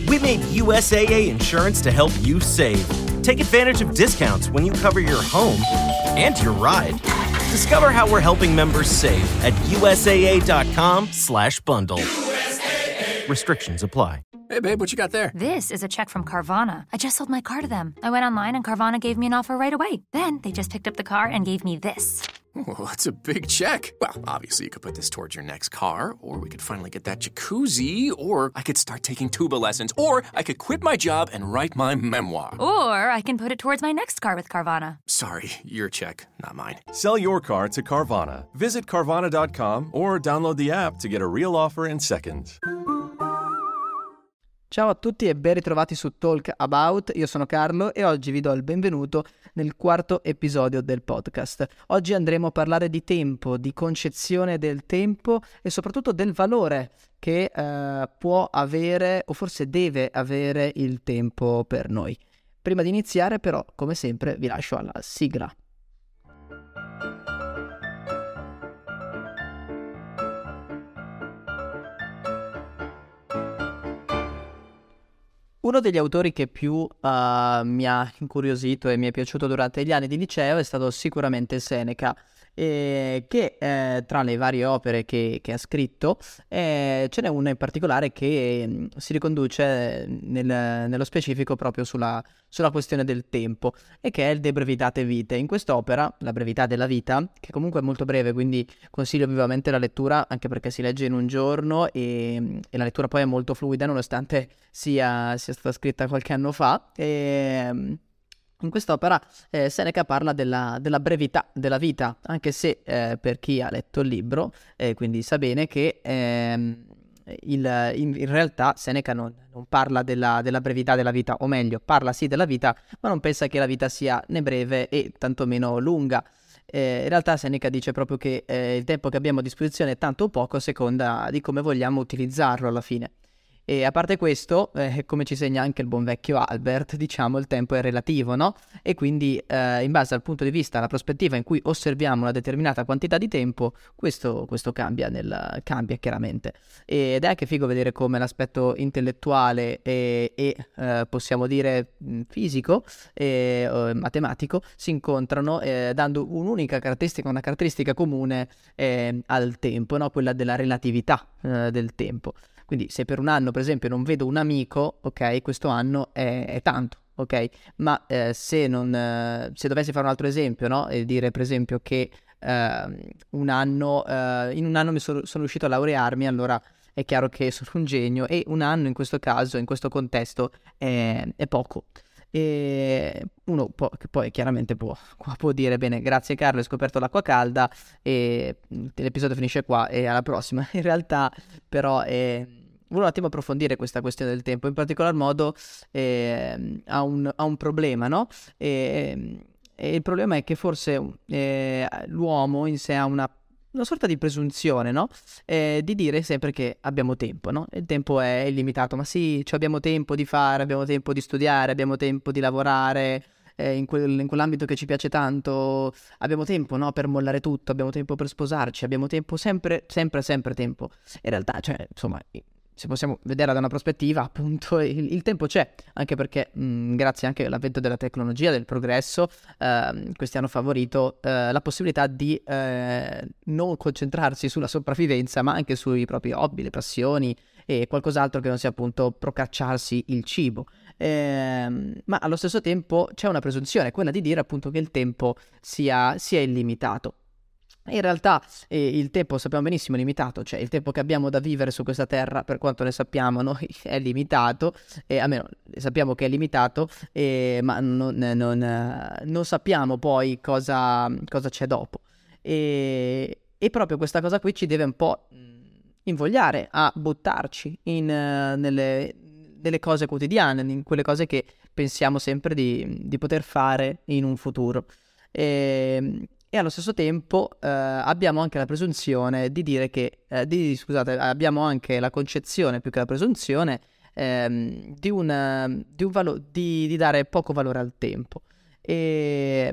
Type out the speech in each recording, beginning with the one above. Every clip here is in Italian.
We made USAA insurance to help you save. Take advantage of discounts when you cover your home and your ride. Discover how we're helping members save at USAA.com/bundle. USAA. Restrictions apply. Hey, babe, what you got there? This is a check from Carvana. I just sold my car to them. I went online and Carvana gave me an offer right away. Then they just picked up the car and gave me this. Well, that's a big check. Well, obviously you could put this towards your next car, or we could finally get that jacuzzi, or I could start taking tuba lessons, or I could quit my job and write my memoir. Or I can put it towards my next car with Carvana. Sorry, your check, not mine. Sell your car to Carvana. Visit Carvana.com or download the app to get a real offer in seconds. Ciao a tutti e ben ritrovati su Talk About, io sono Carlo e oggi vi do il benvenuto nel quarto episodio del podcast. Oggi andremo a parlare di tempo, di concezione del tempo e soprattutto del valore che può avere o forse deve avere il tempo per noi. Prima di iniziare però, come sempre, vi lascio alla sigla. Uno degli autori che più mi ha incuriosito e mi è piaciuto durante gli anni di liceo è stato sicuramente Seneca, che tra le varie opere che ha scritto ce n'è una in particolare che si riconduce nello specifico proprio sulla questione del tempo, e che è il De Brevitate Vitae. In quest'opera, La brevità della vita, che comunque è molto breve, quindi consiglio vivamente la lettura, anche perché si legge in un giorno e la lettura poi è molto fluida, nonostante sia stata scritta qualche anno fa. In quest'opera Seneca parla della brevità della vita, anche se per chi ha letto il libro quindi sa bene che in realtà Seneca non parla della brevità della vita, o meglio, parla sì della vita, ma non pensa che la vita sia né breve e tantomeno lunga. In realtà Seneca dice proprio che il tempo che abbiamo a disposizione è tanto o poco a seconda di come vogliamo utilizzarlo alla fine. E a parte questo, come ci segna anche il buon vecchio Albert, diciamo, il tempo è relativo, no? E quindi in base al punto di vista, alla prospettiva in cui osserviamo una determinata quantità di tempo, questo cambia chiaramente. Ed è anche figo vedere come l'aspetto intellettuale e possiamo dire fisico e matematico si incontrano, dando una caratteristica comune al tempo, no? Quella della relatività del tempo. Quindi se per un anno, per esempio, non vedo un amico, ok, questo anno è tanto, ok? Ma se dovessi fare un altro esempio, no? E dire per esempio che in un anno sono riuscito a laurearmi, allora è chiaro che sono un genio, e un anno in questo caso, in questo contesto, è poco. E uno poi chiaramente può dire bene, grazie Carlo, hai scoperto l'acqua calda e l'episodio finisce qua e alla prossima. In realtà però volevo un attimo approfondire questa questione del tempo, in particolar modo ha un problema, no? E il problema è che forse l'uomo in sé ha una sorta di presunzione, no? Di dire sempre che abbiamo tempo, no? Il tempo è illimitato, ma sì, abbiamo tempo di fare, abbiamo tempo di studiare, abbiamo tempo di lavorare in quell'ambito che ci piace tanto, abbiamo tempo, no? Per mollare tutto, abbiamo tempo per sposarci, abbiamo tempo, sempre tempo. In realtà, insomma, se possiamo vedere da una prospettiva, appunto, il tempo c'è, anche perché grazie anche all'avvento della tecnologia, del progresso, questi hanno favorito la possibilità di non concentrarsi sulla sopravvivenza, ma anche sui propri hobby, le passioni e qualcos'altro che non sia appunto procacciarsi il cibo. Ma allo stesso tempo c'è una presunzione, quella di dire appunto che il tempo sia illimitato. In realtà il tempo, sappiamo benissimo, è limitato, cioè il tempo che abbiamo da vivere su questa terra, per quanto ne sappiamo noi, è limitato, almeno sappiamo che è limitato, ma non sappiamo poi cosa c'è dopo. E proprio questa cosa qui ci deve un po' invogliare a buttarci nelle cose quotidiane, in quelle cose che pensiamo sempre di poter fare in un futuro. E allo stesso tempo abbiamo anche la presunzione di dire che, abbiamo anche la concezione, più che la presunzione, di dare poco valore al tempo. E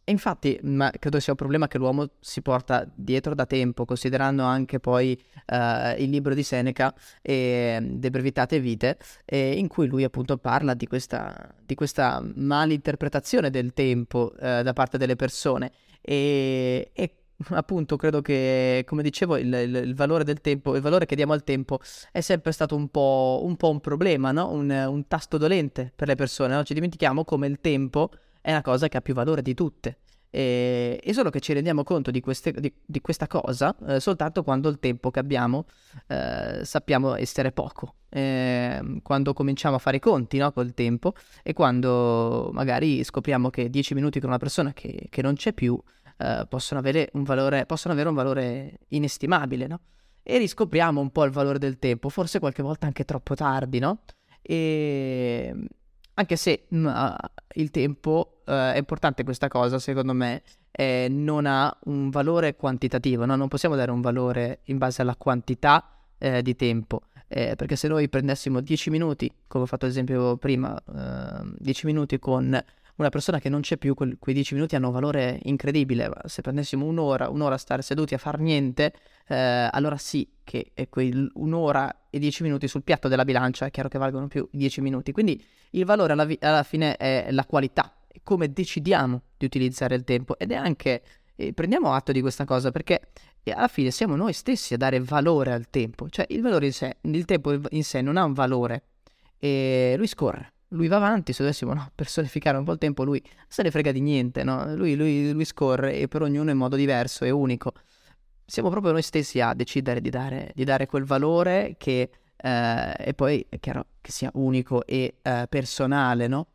E infatti, ma credo sia un problema che l'uomo si porta dietro da tempo, considerando anche poi il libro di Seneca, De Brevitate Vitae, in cui lui appunto parla di questa malinterpretazione del tempo da parte delle persone. E appunto credo che, come dicevo, il valore del tempo, il valore che diamo al tempo è sempre stato un po' un problema, no? Un tasto dolente per le persone, no? Ci dimentichiamo come il tempo è una cosa che ha più valore di tutte. E solo che ci rendiamo conto di questa cosa soltanto quando il tempo che abbiamo sappiamo essere poco. Quando cominciamo a fare i conti, no, col tempo, e quando magari scopriamo che 10 minuti con una persona che non c'è più possono avere un valore inestimabile, no? E riscopriamo un po' il valore del tempo, forse qualche volta anche troppo tardi, no? E anche se il tempo è importante, questa cosa secondo me non ha un valore quantitativo, no? Non possiamo dare un valore in base alla quantità di tempo, perché se noi prendessimo 10 minuti, come ho fatto esempio prima, 10 minuti con una persona che non c'è più, quei 10 minuti hanno un valore incredibile. Ma se prendessimo un'ora a stare seduti a far niente, allora sì che quei un'ora e 10 minuti sul piatto della bilancia è chiaro che valgono più 10 minuti. Quindi il valore alla fine è la qualità, è come decidiamo di utilizzare il tempo, ed è anche, prendiamo atto di questa cosa, perché alla fine siamo noi stessi a dare valore al tempo. Cioè il valore in sé, il tempo in sé non ha un valore, e lui scorre. Lui va avanti, se dovessimo personificare un po' il tempo, lui se ne frega di niente, no? Lui scorre, e per ognuno in modo diverso e unico. Siamo proprio noi stessi a decidere di dare quel valore che e poi è chiaro che sia unico e personale, no?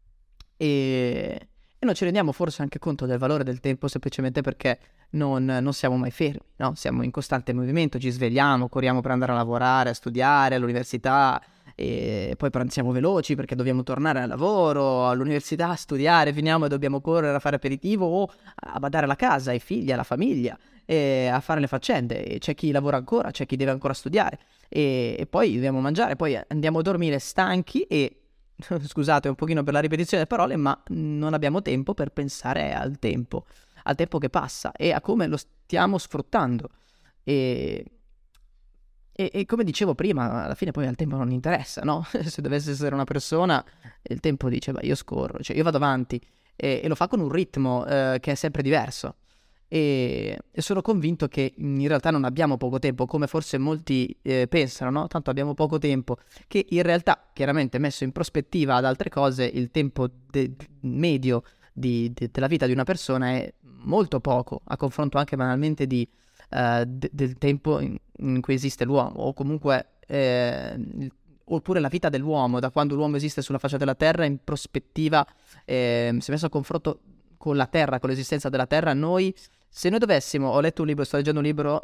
E non ci rendiamo forse anche conto del valore del tempo semplicemente perché non siamo mai fermi, no? Siamo in costante movimento, ci svegliamo, corriamo per andare a lavorare, a studiare, all'università, e poi siamo veloci perché dobbiamo tornare al lavoro, all'università, a studiare, finiamo e dobbiamo correre a fare aperitivo o a badare alla casa, ai figli, alla famiglia, e a fare le faccende. E c'è chi lavora ancora, c'è chi deve ancora studiare, e poi dobbiamo mangiare, poi andiamo a dormire stanchi e scusate un pochino per la ripetizione delle parole, ma non abbiamo tempo per pensare al tempo che passa e a come lo stiamo sfruttando. E come dicevo prima, alla fine poi al tempo non interessa, no? Se dovesse essere una persona, il tempo dice, beh, io scorro, cioè io vado avanti, e lo fa con un ritmo che è sempre diverso. E sono convinto che in realtà non abbiamo poco tempo, come forse molti pensano, no? Tanto abbiamo poco tempo, che in realtà, chiaramente messo in prospettiva ad altre cose, il tempo medio della vita di una persona è molto poco, a confronto anche banalmente del tempo in cui esiste l'uomo, o comunque oppure la vita dell'uomo, da quando l'uomo esiste sulla faccia della terra, in prospettiva, se messo a confronto con la terra, con l'esistenza della terra, se noi dovessimo, ho letto un libro, sto leggendo un libro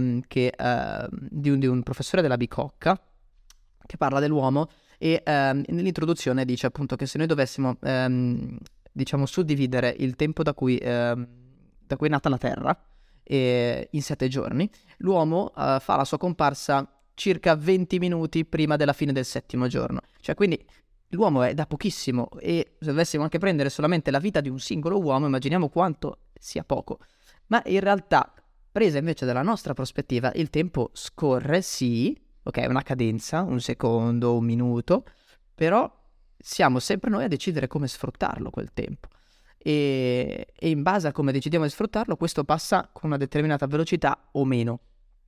di un professore della Bicocca che parla dell'uomo, e nell'introduzione dice appunto che se noi dovessimo diciamo suddividere il tempo da cui è nata la terra in 7 giorni, l'uomo fa la sua comparsa circa 20 minuti prima della fine del 7° giorno. Cioè quindi l'uomo è da pochissimo, e se dovessimo anche prendere solamente la vita di un singolo uomo, immaginiamo quanto sia poco. Ma in realtà, presa invece dalla nostra prospettiva, il tempo scorre, sì, ok, una cadenza, un secondo, un minuto, però siamo sempre noi a decidere come sfruttarlo quel tempo. E in base a come decidiamo di sfruttarlo, questo passa con una determinata velocità o meno.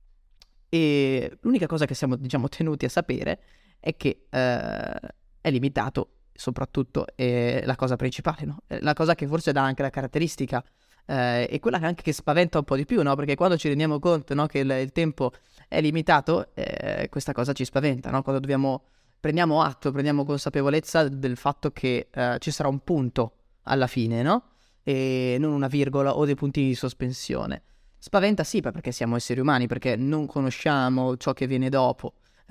E l'unica cosa che siamo, diciamo, tenuti a sapere è che è limitato, soprattutto è la cosa principale, no? La cosa che forse dà anche la caratteristica e quella anche che spaventa un po' di più, no? Perché quando ci rendiamo conto, no, che il tempo è limitato, questa cosa ci spaventa, no? Quando prendiamo atto, prendiamo consapevolezza del fatto che ci sarà un punto alla fine, no? E non una virgola o dei puntini di sospensione. Spaventa sì, perché siamo esseri umani, perché non conosciamo ciò che viene dopo,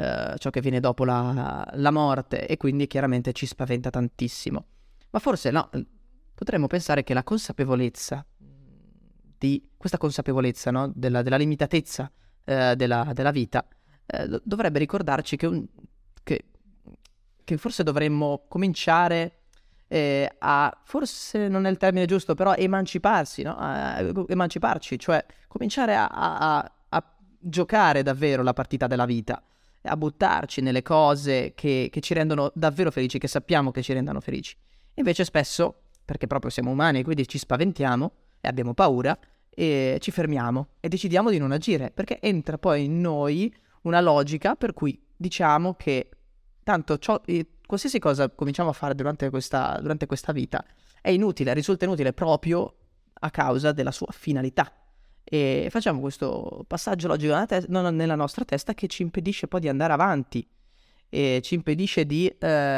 la morte, e quindi chiaramente ci spaventa tantissimo. Ma forse no, potremmo pensare che la consapevolezza questa consapevolezza, no, della limitatezza della vita dovrebbe ricordarci che forse dovremmo cominciare a, forse non è il termine giusto, però emanciparsi, no? Emanciparci, cioè cominciare a giocare davvero la partita della vita, a buttarci nelle cose che ci rendono davvero felici, che sappiamo che ci rendano felici. Invece spesso, perché proprio siamo umani e quindi ci spaventiamo e abbiamo paura, e ci fermiamo e decidiamo di non agire, perché entra poi in noi una logica per cui diciamo che tanto qualsiasi cosa cominciamo a fare durante questa vita è inutile, risulta inutile proprio a causa della sua finalità. E facciamo questo passaggio logico nella nostra testa che ci impedisce poi di andare avanti e ci impedisce di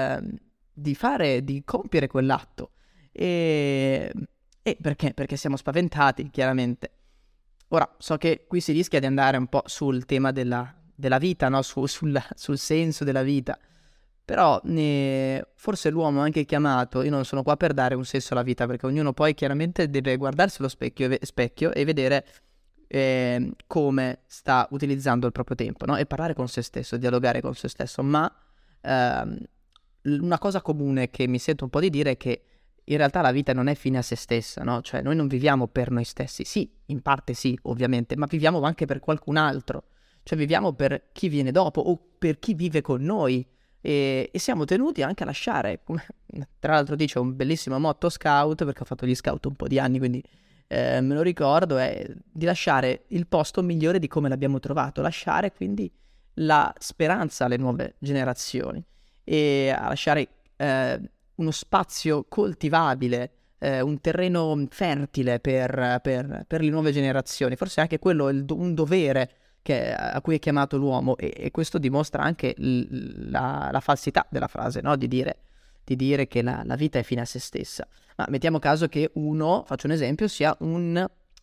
compiere quell'atto. E perché? Perché siamo spaventati, chiaramente. Ora, so che qui si rischia di andare un po' sul tema della vita, no? Sul senso della vita. Però forse l'uomo è anche chiamato, io non sono qua per dare un senso alla vita, perché ognuno poi chiaramente deve guardarsi allo specchio e vedere come sta utilizzando il proprio tempo, no? E parlare con se stesso, dialogare con se stesso. Ma una cosa comune che mi sento un po' di dire è che in realtà la vita non è fine a se stessa, no? Cioè noi non viviamo per noi stessi, sì, in parte sì, ovviamente, ma viviamo anche per qualcun altro, cioè viviamo per chi viene dopo o per chi vive con noi e siamo tenuti anche a lasciare, come tra l'altro dice un bellissimo motto scout, perché ho fatto gli scout un po' di anni, quindi me lo ricordo, è di lasciare il posto migliore di come l'abbiamo trovato, lasciare quindi la speranza alle nuove generazioni e a lasciare uno spazio coltivabile, un terreno fertile per le nuove generazioni. Forse anche quello è un dovere a cui è chiamato l'uomo, e questo dimostra anche la falsità della frase, no? Di dire che la vita è fine a se stessa. Ma mettiamo caso che uno, faccio un esempio, sia un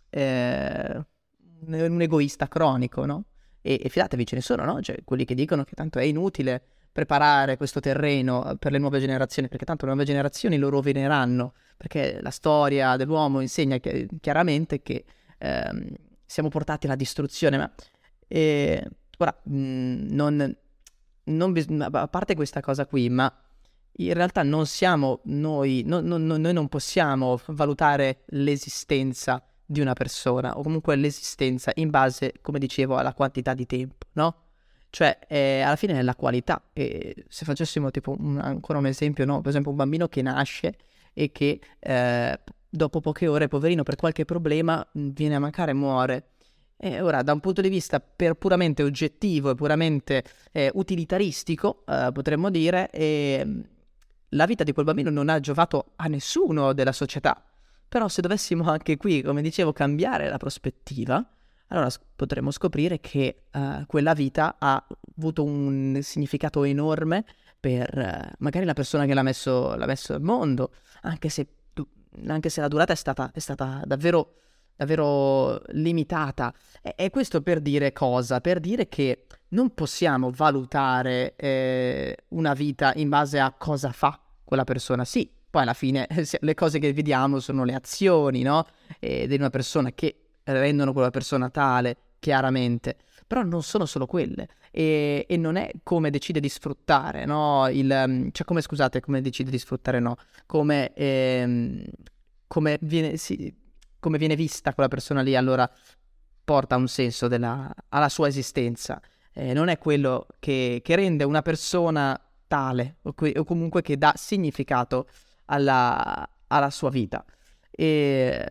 egoista cronico, no? E fidatevi, ce ne sono, no? Cioè quelli che dicono che tanto è inutile preparare questo terreno per le nuove generazioni, perché tanto le nuove generazioni lo rovineranno, perché la storia dell'uomo insegna chiaramente che siamo portati alla distruzione. Ma ora, a parte questa cosa qui, ma in realtà non siamo noi non possiamo valutare l'esistenza di una persona, o comunque l'esistenza in base, come dicevo, alla quantità di tempo, no? Cioè, alla fine è la qualità. E se facessimo tipo ancora un esempio, no? Per esempio un bambino che nasce e che dopo poche ore, poverino, per qualche problema viene a mancare e muore. E ora, da un punto di vista puramente oggettivo e puramente utilitaristico, potremmo dire, la vita di quel bambino non ha giovato a nessuno della società. Però se dovessimo anche qui, come dicevo, cambiare la prospettiva, allora potremmo scoprire che quella vita ha avuto un significato enorme per magari la persona che l'ha messo al mondo, anche se la durata è stata davvero, davvero limitata. E questo per dire cosa? Per dire che non possiamo valutare una vita in base a cosa fa quella persona. Sì, poi alla fine le cose che vediamo sono le azioni, no? Di una persona che rendono quella persona tale, chiaramente, però non sono solo quelle, e non è come decide di sfruttare, no? Come decide di sfruttare, no? Come viene vista quella persona lì, allora porta un senso alla sua esistenza. Non è quello che rende una persona tale, o comunque che dà significato alla sua vita. E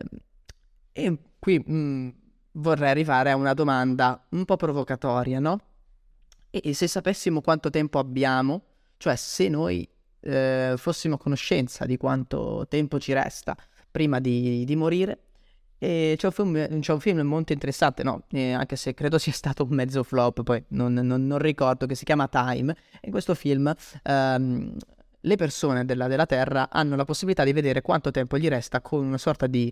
qui vorrei arrivare a una domanda un po' provocatoria, no? E se sapessimo quanto tempo abbiamo, cioè se noi fossimo a conoscenza di quanto tempo ci resta prima di morire, c'è un film molto interessante, no? Anche se credo sia stato un mezzo flop, poi non ricordo, che si chiama Time. E in questo film le persone della Terra hanno la possibilità di vedere quanto tempo gli resta con una sorta di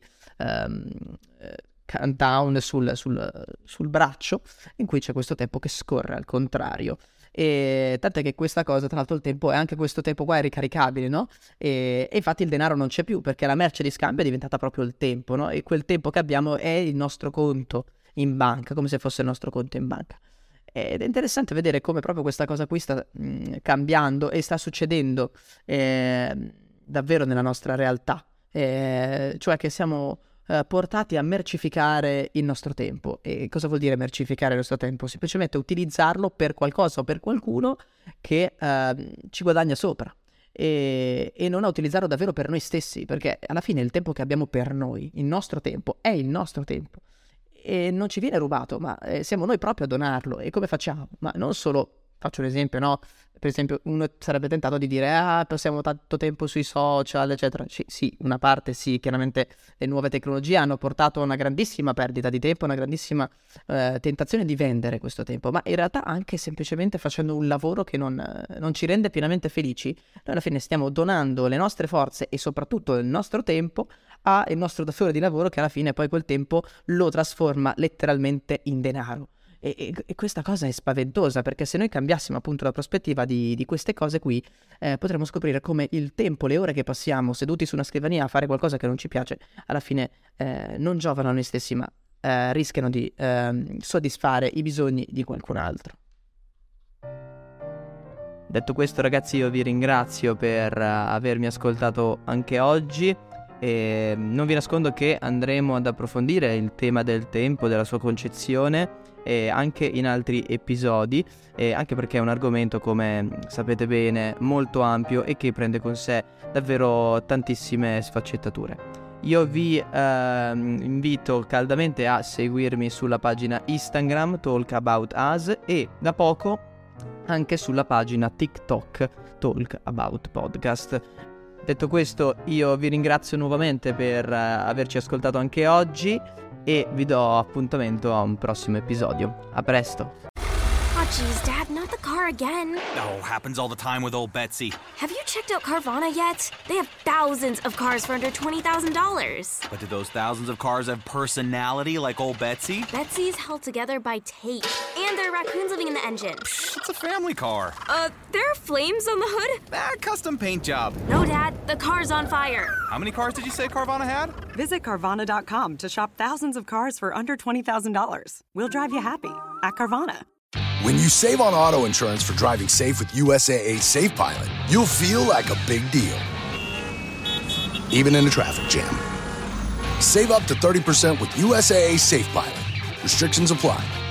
countdown sul braccio, in cui c'è questo tempo che scorre al contrario. E tant'è che questa cosa, tra l'altro, il tempo è anche questo tempo qua è ricaricabile, no? E infatti il denaro non c'è più, perché la merce di scambio è diventata proprio il tempo, no? E quel tempo che abbiamo è il nostro conto in banca, come se fosse il nostro conto in banca. Ed è interessante vedere come proprio questa cosa qui sta cambiando e sta succedendo davvero nella nostra realtà, cioè che siamo portati a mercificare il nostro tempo. E cosa vuol dire mercificare il nostro tempo? Semplicemente utilizzarlo per qualcosa o per qualcuno che ci guadagna sopra, e non a utilizzarlo davvero per noi stessi, perché alla fine il tempo che abbiamo per noi, il nostro tempo, è il nostro tempo e non ci viene rubato, ma siamo noi proprio a donarlo. E come facciamo? Ma non solo, faccio un esempio, no? Per esempio, uno sarebbe tentato di dire passiamo tanto tempo sui social, eccetera. Sì, una parte sì, chiaramente le nuove tecnologie hanno portato a una grandissima perdita di tempo, una grandissima tentazione di vendere questo tempo, ma in realtà anche semplicemente facendo un lavoro che non ci rende pienamente felici, noi alla fine stiamo donando le nostre forze e soprattutto il nostro tempo al nostro datore di lavoro, che alla fine poi quel tempo lo trasforma letteralmente in denaro. E questa cosa è spaventosa, perché se noi cambiassimo appunto la prospettiva di queste cose qui, potremmo scoprire come il tempo, le ore che passiamo seduti su una scrivania a fare qualcosa che non ci piace, alla fine non giovano a noi stessi, ma rischiano di soddisfare i bisogni di qualcun altro. Detto questo, ragazzi, io vi ringrazio per avermi ascoltato anche oggi. E non vi nascondo che andremo ad approfondire il tema del tempo, della sua concezione, anche in altri episodi, anche perché è un argomento, come sapete bene, molto ampio e che prende con sé davvero tantissime sfaccettature. Io vi invito caldamente a seguirmi sulla pagina Instagram Talk About Us e da poco anche sulla pagina TikTok Talk About Podcast. Detto questo, io vi ringrazio nuovamente per averci ascoltato anche oggi e vi do appuntamento a un prossimo episodio. A presto! Oh, geez, Dad, not the car again. Oh, happens all the time with old Betsy. Have you checked out Carvana yet? They have thousands of cars for under $20,000. But do those thousands of cars have personality like old Betsy? Betsy's held together by tape. And there are raccoons living in the engine. It's a family car. There are flames on the hood? Custom paint job. No, Dad, the car's on fire. How many cars did you say Carvana had? Visit Carvana.com to shop thousands of cars for under $20,000. We'll drive you happy at Carvana. When you save on auto insurance for driving safe with USAA Safe Pilot, you'll feel like a big deal, even in a traffic jam. Save up to 30% with USAA Safe Pilot. Restrictions apply.